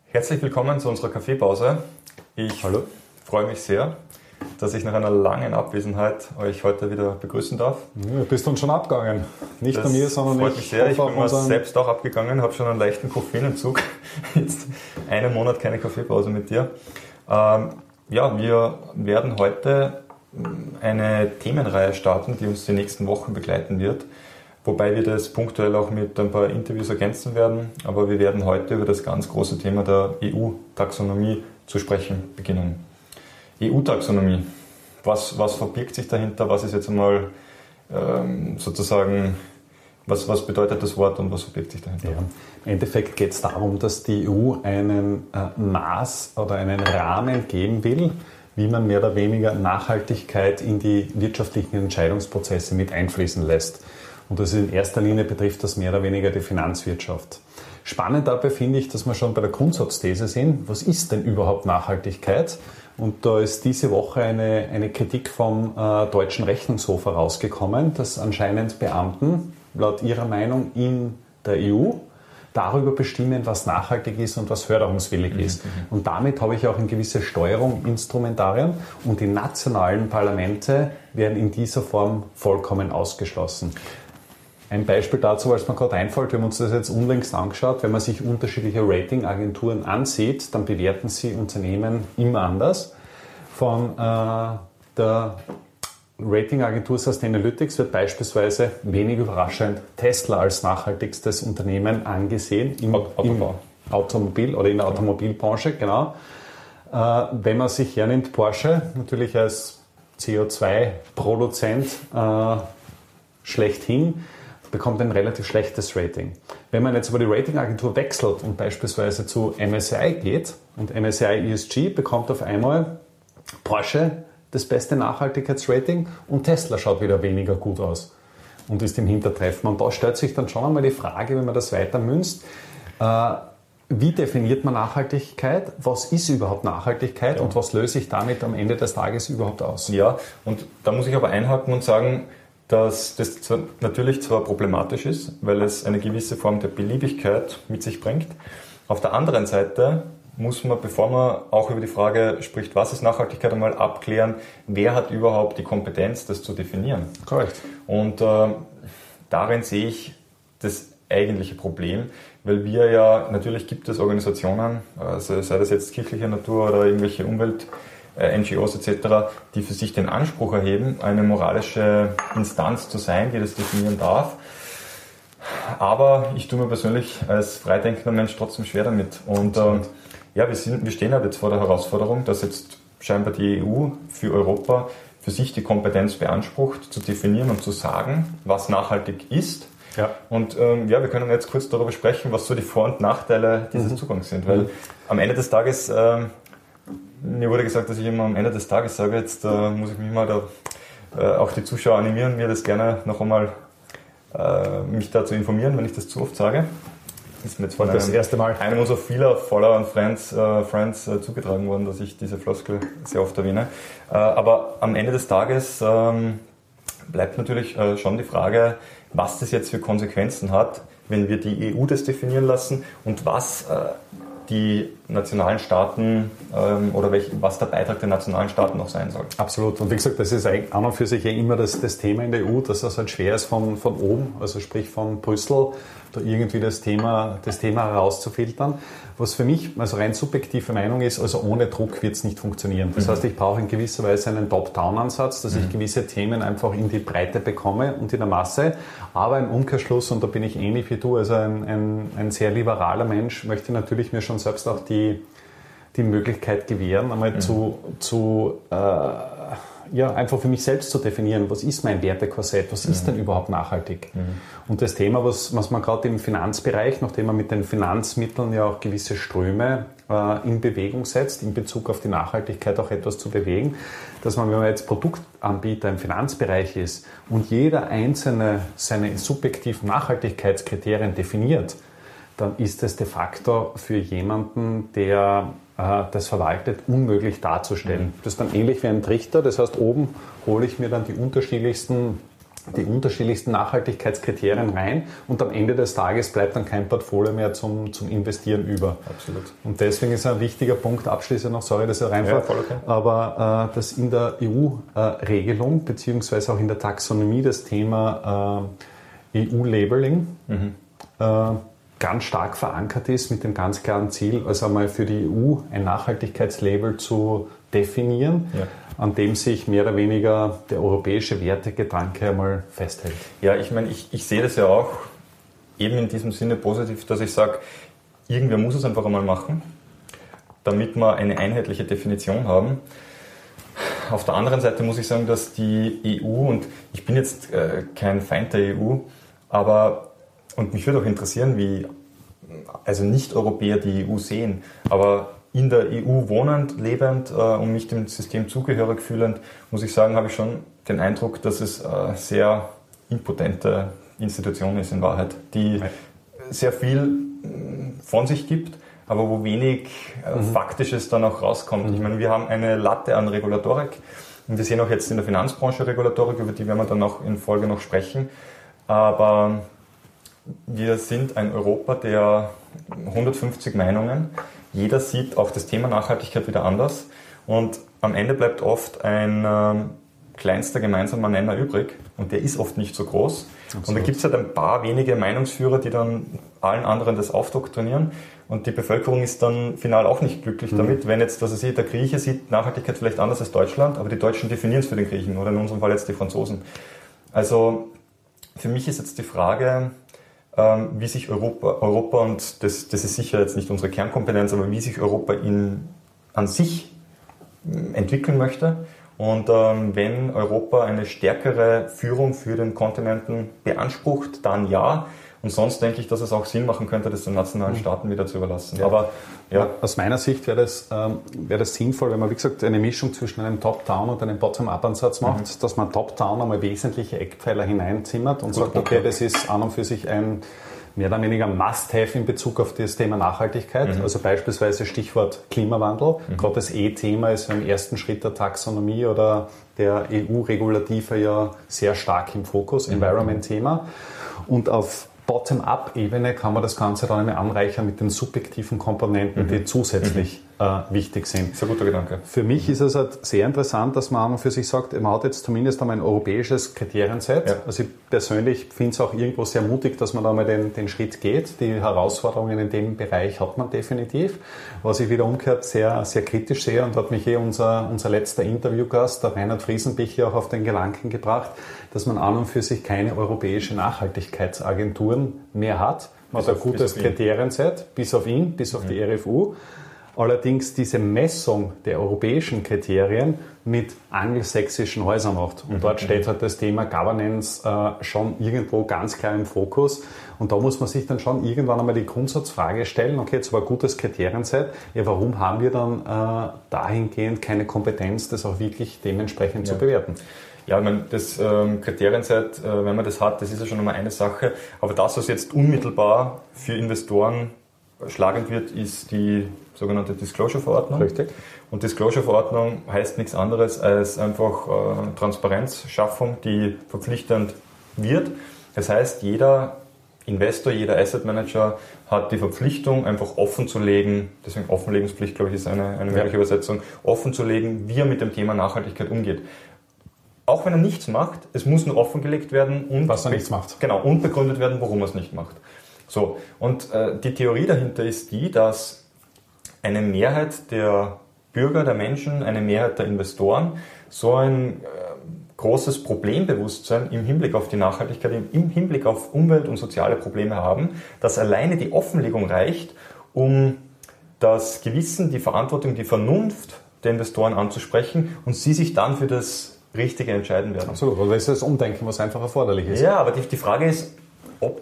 Herzlich willkommen zu unserer Kaffeepause. Ich freue mich sehr, dass ich nach einer langen Abwesenheit euch heute wieder begrüßen darf. Ja, bist du uns schon abgegangen? Nicht das bei mir, sondern freut mich sehr. Ich bin mir selbst auch abgegangen, habe schon einen leichten Koffeinentzug. Jetzt einen Monat keine Kaffeepause mit dir. Wir werden heute eine Themenreihe starten, die uns die nächsten Wochen begleiten wird. Wobei wir das punktuell auch mit ein paar Interviews ergänzen werden. Aber wir werden heute über das ganz große Thema der EU-Taxonomie zu sprechen beginnen. EU-Taxonomie. Was verbirgt sich dahinter? Was ist jetzt einmal sozusagen, was bedeutet das Wort und was verbirgt sich dahinter? Ja, im Endeffekt geht es darum, dass die EU einen Maß oder einen Rahmen geben will, wie man mehr oder weniger Nachhaltigkeit in die wirtschaftlichen Entscheidungsprozesse mit einfließen lässt. Und das in erster Linie betrifft das mehr oder weniger die Finanzwirtschaft. Spannend dabei finde ich, dass wir schon bei der Grundsatzthese sind. Was ist denn überhaupt Nachhaltigkeit? Und da ist diese Woche eine Kritik vom Deutschen Rechnungshof herausgekommen, dass anscheinend Beamten laut ihrer Meinung in der EU darüber bestimmen, was nachhaltig ist und was förderungswillig ist. Und damit habe ich auch eine gewisse Steuerung, Instrumentarien, und die nationalen Parlamente werden in dieser Form vollkommen ausgeschlossen. Ein Beispiel dazu, was mir gerade einfällt, wir haben uns das jetzt unlängst angeschaut, wenn man sich unterschiedliche Ratingagenturen ansieht, dann bewerten sie Unternehmen immer anders. Von der Ratingagentur Sustainalytics wird beispielsweise, wenig überraschend, Tesla als nachhaltigstes Unternehmen angesehen im Automobil oder in der Automobilbranche, genau. Wenn man sich hernimmt, Porsche natürlich als CO2-Produzent schlechthin, bekommt ein relativ schlechtes Rating. Wenn man jetzt über die Ratingagentur wechselt und beispielsweise zu MSCI geht und MSCI ESG bekommt auf einmal Porsche das beste Nachhaltigkeitsrating und Tesla schaut wieder weniger gut aus und ist im Hintertreffen. Und da stellt sich dann schon einmal die Frage, wenn man das weiter münzt, wie definiert man Nachhaltigkeit? Was ist überhaupt Nachhaltigkeit? Ja. Und was löse ich damit am Ende des Tages überhaupt aus? Ja, und da muss ich aber einhaken und sagen, dass das natürlich zwar problematisch ist, weil es eine gewisse Form der Beliebigkeit mit sich bringt. Auf der anderen Seite muss man, bevor man auch über die Frage spricht, was ist Nachhaltigkeit, einmal abklären, wer hat überhaupt die Kompetenz, das zu definieren. Korrekt. Und darin sehe ich das eigentliche Problem, weil wir ja, natürlich gibt es Organisationen, also sei das jetzt kirchlicher Natur oder irgendwelche NGOs etc., die für sich den Anspruch erheben, eine moralische Instanz zu sein, die das definieren darf. Aber ich tue mir persönlich als freidenkender Mensch trotzdem schwer damit. Und wir stehen halt jetzt vor der Herausforderung, dass jetzt scheinbar die EU für Europa für sich die Kompetenz beansprucht, zu definieren und zu sagen, was nachhaltig ist. Ja. Und wir können jetzt kurz darüber sprechen, was so die Vor- und Nachteile dieses Zugangs sind. Weil am Ende des Tages, mir wurde gesagt, dass ich immer am Ende des Tages sage, jetzt muss ich mich mal auch die Zuschauer animieren, mir das gerne noch einmal mich dazu informieren, wenn ich das zu oft sage. Das ist mir jetzt von einem unserer vieler Follower und Friends zugetragen worden, dass ich diese Floskel sehr oft erwähne. Aber am Ende des Tages bleibt natürlich schon die Frage, was das jetzt für Konsequenzen hat, wenn wir die EU das definieren lassen und was die nationalen Staaten oder was der Beitrag der nationalen Staaten noch sein soll. Absolut. Und wie gesagt, das ist an und für sich ja immer das Thema in der EU, dass es halt schwer ist von oben, also sprich von Brüssel, da irgendwie das Thema herauszufiltern. Was für mich, also rein subjektive Meinung ist, also ohne Druck wird es nicht funktionieren. Das heißt, ich brauche in gewisser Weise einen Top-Down-Ansatz, dass ich gewisse Themen einfach in die Breite bekomme und in der Masse. Aber im Umkehrschluss, und da bin ich ähnlich wie du, also ein sehr liberaler Mensch, möchte natürlich mir schon selbst auch die Möglichkeit gewähren, einmal einfach für mich selbst zu definieren, was ist mein Wertekorsett, was ist denn überhaupt nachhaltig? Und das Thema, was man gerade im Finanzbereich, nachdem man mit den Finanzmitteln ja auch gewisse Ströme in Bewegung setzt, in Bezug auf die Nachhaltigkeit auch etwas zu bewegen, dass man, wenn man jetzt Produktanbieter im Finanzbereich ist und jeder Einzelne seine subjektiven Nachhaltigkeitskriterien definiert, dann ist es de facto für jemanden, der das verwaltet, unmöglich darzustellen. Das ist dann ähnlich wie ein Trichter, das heißt, oben hole ich mir dann die unterschiedlichsten die unterschiedlichsten Nachhaltigkeitskriterien rein und am Ende des Tages bleibt dann kein Portfolio mehr zum Investieren über. Absolut. Und deswegen ist ein wichtiger Punkt, abschließend noch, sorry, dass ich reinfahre, okay. aber dass in der EU-Regelung beziehungsweise auch in der Taxonomie das Thema EU-Labeling ganz stark verankert ist mit dem ganz klaren Ziel, also einmal für die EU ein Nachhaltigkeitslabel zu definieren, an dem sich mehr oder weniger der europäische Wertegedanke einmal festhält. Ja, ich meine, ich sehe das ja auch eben in diesem Sinne positiv, dass ich sage, irgendwer muss es einfach einmal machen, damit wir eine einheitliche Definition haben. Auf der anderen Seite muss ich sagen, dass die EU, und ich bin jetzt kein Feind der EU, und mich würde auch interessieren, wie also Nicht-Europäer die EU sehen, aber in der EU wohnend, lebend und mich dem System zugehörig fühlend, muss ich sagen, habe ich schon den Eindruck, dass es eine sehr impotente Institution ist in Wahrheit, die sehr viel von sich gibt, aber wo wenig Faktisches dann auch rauskommt. Ich meine, wir haben eine Latte an Regulatorik und wir sehen auch jetzt in der Finanzbranche Regulatorik, über die werden wir dann auch in Folge noch sprechen, aber wir sind ein Europa der 150 Meinungen. Jeder sieht auch das Thema Nachhaltigkeit wieder anders. Und am Ende bleibt oft ein kleinster gemeinsamer Nenner übrig. Und der ist oft nicht so groß. Absolut. Und da gibt es halt ein paar wenige Meinungsführer, die dann allen anderen das aufdoktrinieren. Und die Bevölkerung ist dann final auch nicht glücklich damit, wenn jetzt, der Grieche sieht Nachhaltigkeit vielleicht anders als Deutschland, aber die Deutschen definieren es für den Griechen oder in unserem Fall jetzt die Franzosen. Also für mich ist jetzt die Frage, wie sich Europa und das ist sicher jetzt nicht unsere Kernkompetenz, aber wie sich Europa an sich entwickeln möchte. Und wenn Europa eine stärkere Führung für den Kontinenten beansprucht, dann ja. Und sonst denke ich, dass es auch Sinn machen könnte, das den nationalen Staaten wieder zu überlassen. Ja. Aber ja. Aus meiner Sicht wäre das sinnvoll, wenn man, wie gesagt, eine Mischung zwischen einem Top-Down und einem Bottom-Up-Ansatz macht, dass man Top-Down einmal wesentliche Eckpfeiler hineinzimmert und sagt, okay, das ist an und für sich ein mehr oder weniger Must-Have in Bezug auf das Thema Nachhaltigkeit. Also beispielsweise Stichwort Klimawandel. Gerade das E-Thema ist im ersten Schritt der Taxonomie oder der EU-Regulative ja sehr stark im Fokus, Environment-Thema. Und auf Bottom-up-Ebene kann man das Ganze dann einmal anreichern mit den subjektiven Komponenten, die zusätzlich wichtig sind. Das ist ein guter Gedanke. Für mich ist es halt sehr interessant, dass man an und für sich sagt, man hat jetzt zumindest einmal ein europäisches Kriterienset. Ja. Also ich persönlich finde es auch irgendwo sehr mutig, dass man da mal den Schritt geht. Die Herausforderungen in dem Bereich hat man definitiv. Was ich wieder umgekehrt sehr, sehr kritisch sehe und hat mich unser letzter Interviewgast, der Reinhard Friesenbichler, auch auf den Gedanken gebracht, dass man an und für sich keine europäische Nachhaltigkeitsagenturen mehr hat. Man hat ein gutes Kriterienset, bis auf ihn, bis auf die RFU. Allerdings diese Messung der europäischen Kriterien mit angelsächsischen Häusern macht. Und dort steht halt das Thema Governance schon irgendwo ganz klar im Fokus. Und da muss man sich dann schon irgendwann einmal die Grundsatzfrage stellen, okay, jetzt war ein gutes Kriterienset, ja, warum haben wir dann dahingehend keine Kompetenz, das auch wirklich dementsprechend zu bewerten? Ja, ich meine, das Kriterienset, wenn man das hat, das ist ja schon einmal eine Sache. Aber das, was jetzt unmittelbar für Investoren schlagend wird, ist die sogenannte Disclosure-Verordnung. Richtig. Und Disclosure-Verordnung heißt nichts anderes als einfach Transparenzschaffung, die verpflichtend wird. Das heißt, jeder Investor, jeder Asset Manager hat die Verpflichtung, einfach offen zu legen, deswegen Offenlegungspflicht, glaube ich, ist eine mögliche Übersetzung, offen zu legen, wie er mit dem Thema Nachhaltigkeit umgeht. Auch wenn er nichts macht, es muss nur offengelegt werden und was er nichts macht. Genau, und begründet werden, warum er es nicht macht. So, und die Theorie dahinter ist die, dass eine Mehrheit der Bürger, der Menschen, eine Mehrheit der Investoren so ein großes Problembewusstsein im Hinblick auf die Nachhaltigkeit, im Hinblick auf Umwelt- und soziale Probleme haben, dass alleine die Offenlegung reicht, um das Gewissen, die Verantwortung, die Vernunft der Investoren anzusprechen und sie sich dann für das Richtige entscheiden werden. Absolut, weil das ist das Umdenken, was einfach erforderlich ist. Ja, aber die Frage ist, ob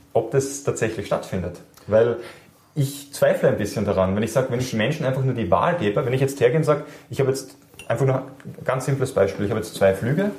das tatsächlich stattfindet. Weil ich zweifle ein bisschen daran, wenn ich Menschen einfach nur die Wahl gebe, wenn ich jetzt hergehe und sage, ich habe jetzt einfach nur ein ganz simples Beispiel, ich habe jetzt 2 Flüge,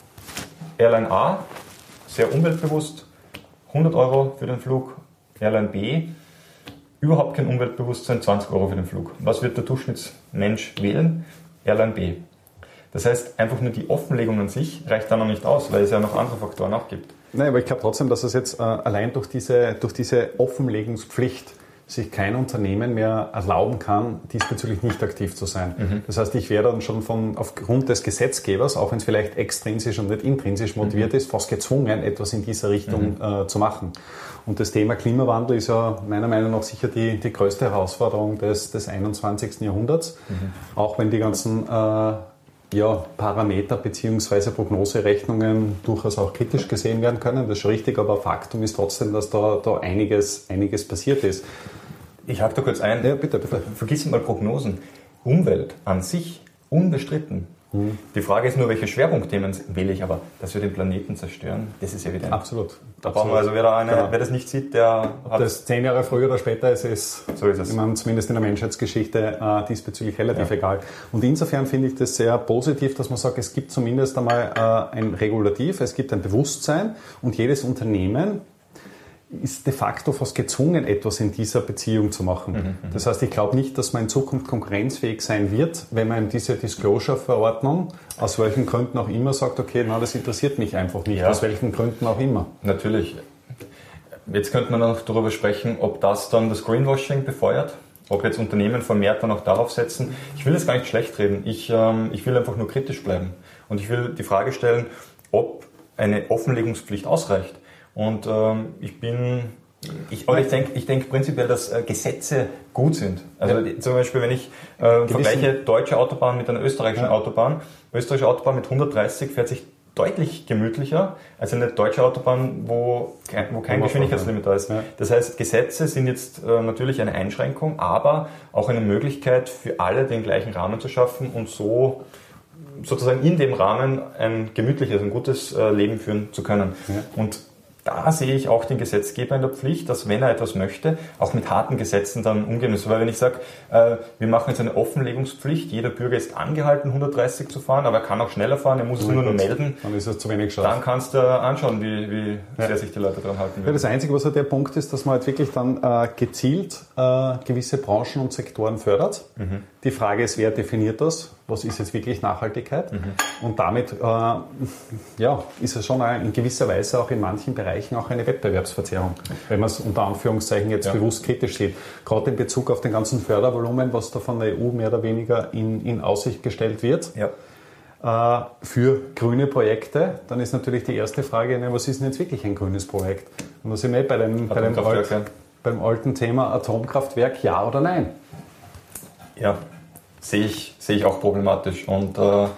Airline A, sehr umweltbewusst, 100 € für den Flug, Airline B, überhaupt kein Umweltbewusstsein, 20 € für den Flug. Was wird der Durchschnittsmensch wählen? Airline B. Das heißt, einfach nur die Offenlegung an sich reicht dann noch nicht aus, weil es ja noch andere Faktoren auch gibt. Nein, aber ich glaube trotzdem, dass es jetzt allein durch diese Offenlegungspflicht sich kein Unternehmen mehr erlauben kann, diesbezüglich nicht aktiv zu sein. Das heißt, ich wäre dann schon aufgrund des Gesetzgebers, auch wenn es vielleicht extrinsisch und nicht intrinsisch motiviert ist, fast gezwungen, etwas in dieser Richtung zu machen. Und das Thema Klimawandel ist ja meiner Meinung nach sicher die größte Herausforderung des 21. Jahrhunderts. Auch wenn die ganzen Parameter bzw. Prognoserechnungen durchaus auch kritisch gesehen werden können. Das ist schon richtig, aber Faktum ist trotzdem, dass da einiges passiert ist. Ich hake da kurz ein. Ja, bitte. Vergiss mal Prognosen. Umwelt an sich unbestritten. Die Frage ist nur, welche Schwerpunktthemen wähle ich, aber dass wir den Planeten zerstören, das ist evident. Absolut. Da brauchen wir also wer das nicht sieht, der hat... Ob das 10 Jahre früher oder später ist, so ist es. Ich meine, zumindest in der Menschheitsgeschichte diesbezüglich relativ egal. Und insofern finde ich das sehr positiv, dass man sagt, es gibt zumindest einmal ein Regulativ, es gibt ein Bewusstsein und jedes Unternehmen ist de facto fast gezwungen, etwas in dieser Beziehung zu machen. Das heißt, ich glaube nicht, dass man in Zukunft konkurrenzfähig sein wird, wenn man in diese Disclosure-Verordnung aus welchen Gründen auch immer sagt, okay, na, das interessiert mich einfach nicht, aus welchen Gründen auch immer. Natürlich. Jetzt könnte man noch darüber sprechen, ob das dann das Greenwashing befeuert, ob jetzt Unternehmen vermehrt dann auch darauf setzen. Ich will das gar nicht schlecht reden, ich will einfach nur kritisch bleiben. Und ich will die Frage stellen, ob eine Offenlegungspflicht ausreicht. Und ich denke prinzipiell, dass Gesetze gut sind. Also zum Beispiel, wenn ich vergleiche deutsche Autobahn mit einer österreichischen Autobahn, österreichische Autobahn mit 130 fährt sich deutlich gemütlicher als eine deutsche Autobahn, wo kein Geschwindigkeitslimit da ist. Ja. Das heißt, Gesetze sind jetzt natürlich eine Einschränkung, aber auch eine Möglichkeit für alle, den gleichen Rahmen zu schaffen und so sozusagen in dem Rahmen ein gemütliches, ein gutes Leben führen zu können. Ja. Und da sehe ich auch den Gesetzgeber in der Pflicht, dass wenn er etwas möchte, auch mit harten Gesetzen dann umgehen muss. Weil wenn ich sage, wir machen jetzt eine Offenlegungspflicht, jeder Bürger ist angehalten, 130 zu fahren, aber er kann auch schneller fahren, er muss es nur melden. Dann ist es zu wenig scharf. Dann kannst du anschauen, wie sehr sich die Leute daran halten. Ja, das Einzige, was halt der Punkt ist, dass man halt wirklich dann gezielt gewisse Branchen und Sektoren fördert. Die Frage ist, wer definiert das? Was ist jetzt wirklich Nachhaltigkeit? Und damit ist es schon in gewisser Weise auch in manchen Bereichen auch eine Wettbewerbsverzerrung, wenn man es unter Anführungszeichen jetzt bewusst kritisch sieht. Gerade in Bezug auf den ganzen Fördervolumen, was da von der EU mehr oder weniger in Aussicht gestellt wird. Für grüne Projekte, dann ist natürlich die erste Frage, was ist denn jetzt wirklich ein grünes Projekt? Und da sind wir beim alten Thema Atomkraftwerk, ja oder nein? Ja, sehe ich auch problematisch. Und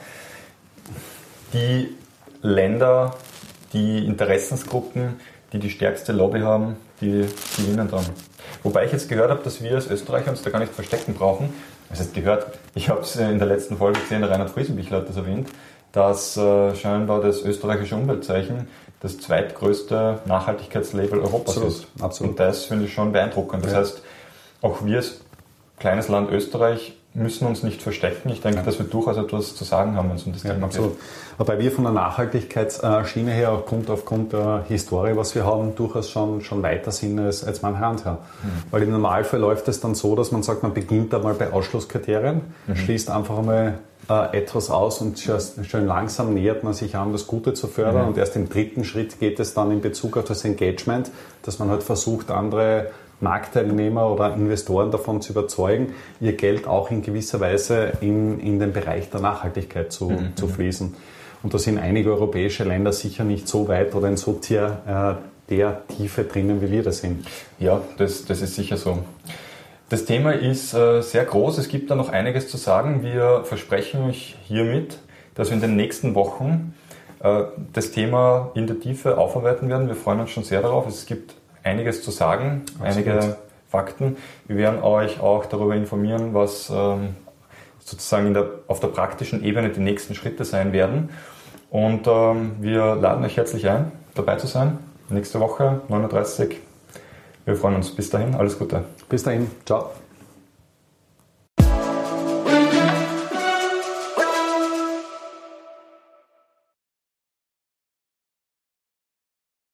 die Länder, die Interessensgruppen, die die stärkste Lobby haben, die gewinnen dann. Wobei ich jetzt gehört habe, dass wir als Österreicher uns da gar nicht verstecken brauchen. Das heißt gehört, ich habe es in der letzten Folge gesehen, der Reinhard Friesenbichler hat das erwähnt, dass scheinbar das österreichische Umweltzeichen das zweitgrößte Nachhaltigkeitslabel Europas ist. Absolut. Und das finde ich schon beeindruckend. Das heißt, auch wir als kleines Land Österreich müssen uns nicht verstecken. Ich denke, dass wir durchaus etwas zu sagen haben, wenn es um das Thema geht. Wobei wir von der Nachhaltigkeitsschiene her aufgrund der Historie, was wir haben, durchaus schon weiter sind als manche andere. Weil im Normalfall läuft es dann so, dass man sagt, man beginnt einmal bei Ausschlusskriterien, schließt einfach einmal etwas aus und schön langsam nähert man sich an, das Gute zu fördern. Und erst im dritten Schritt geht es dann in Bezug auf das Engagement, dass man halt versucht, andere Marktteilnehmer oder Investoren davon zu überzeugen, ihr Geld auch in gewisser Weise in den Bereich der Nachhaltigkeit zu fließen. Und da sind einige europäische Länder sicher nicht so weit oder in so der Tiefe drinnen, wie wir das sind. Ja, das ist sicher so. Das Thema ist sehr groß, es gibt da noch einiges zu sagen. Wir versprechen euch hiermit, dass wir in den nächsten Wochen das Thema in der Tiefe aufarbeiten werden. Wir freuen uns schon sehr darauf. Es gibt einiges zu sagen, einige Fakten. Wir werden euch auch darüber informieren, was sozusagen auf der praktischen Ebene die nächsten Schritte sein werden. Und wir laden euch herzlich ein, dabei zu sein. Nächste Woche, 9.30 Uhr. Wir freuen uns. Bis dahin, alles Gute. Bis dahin, ciao.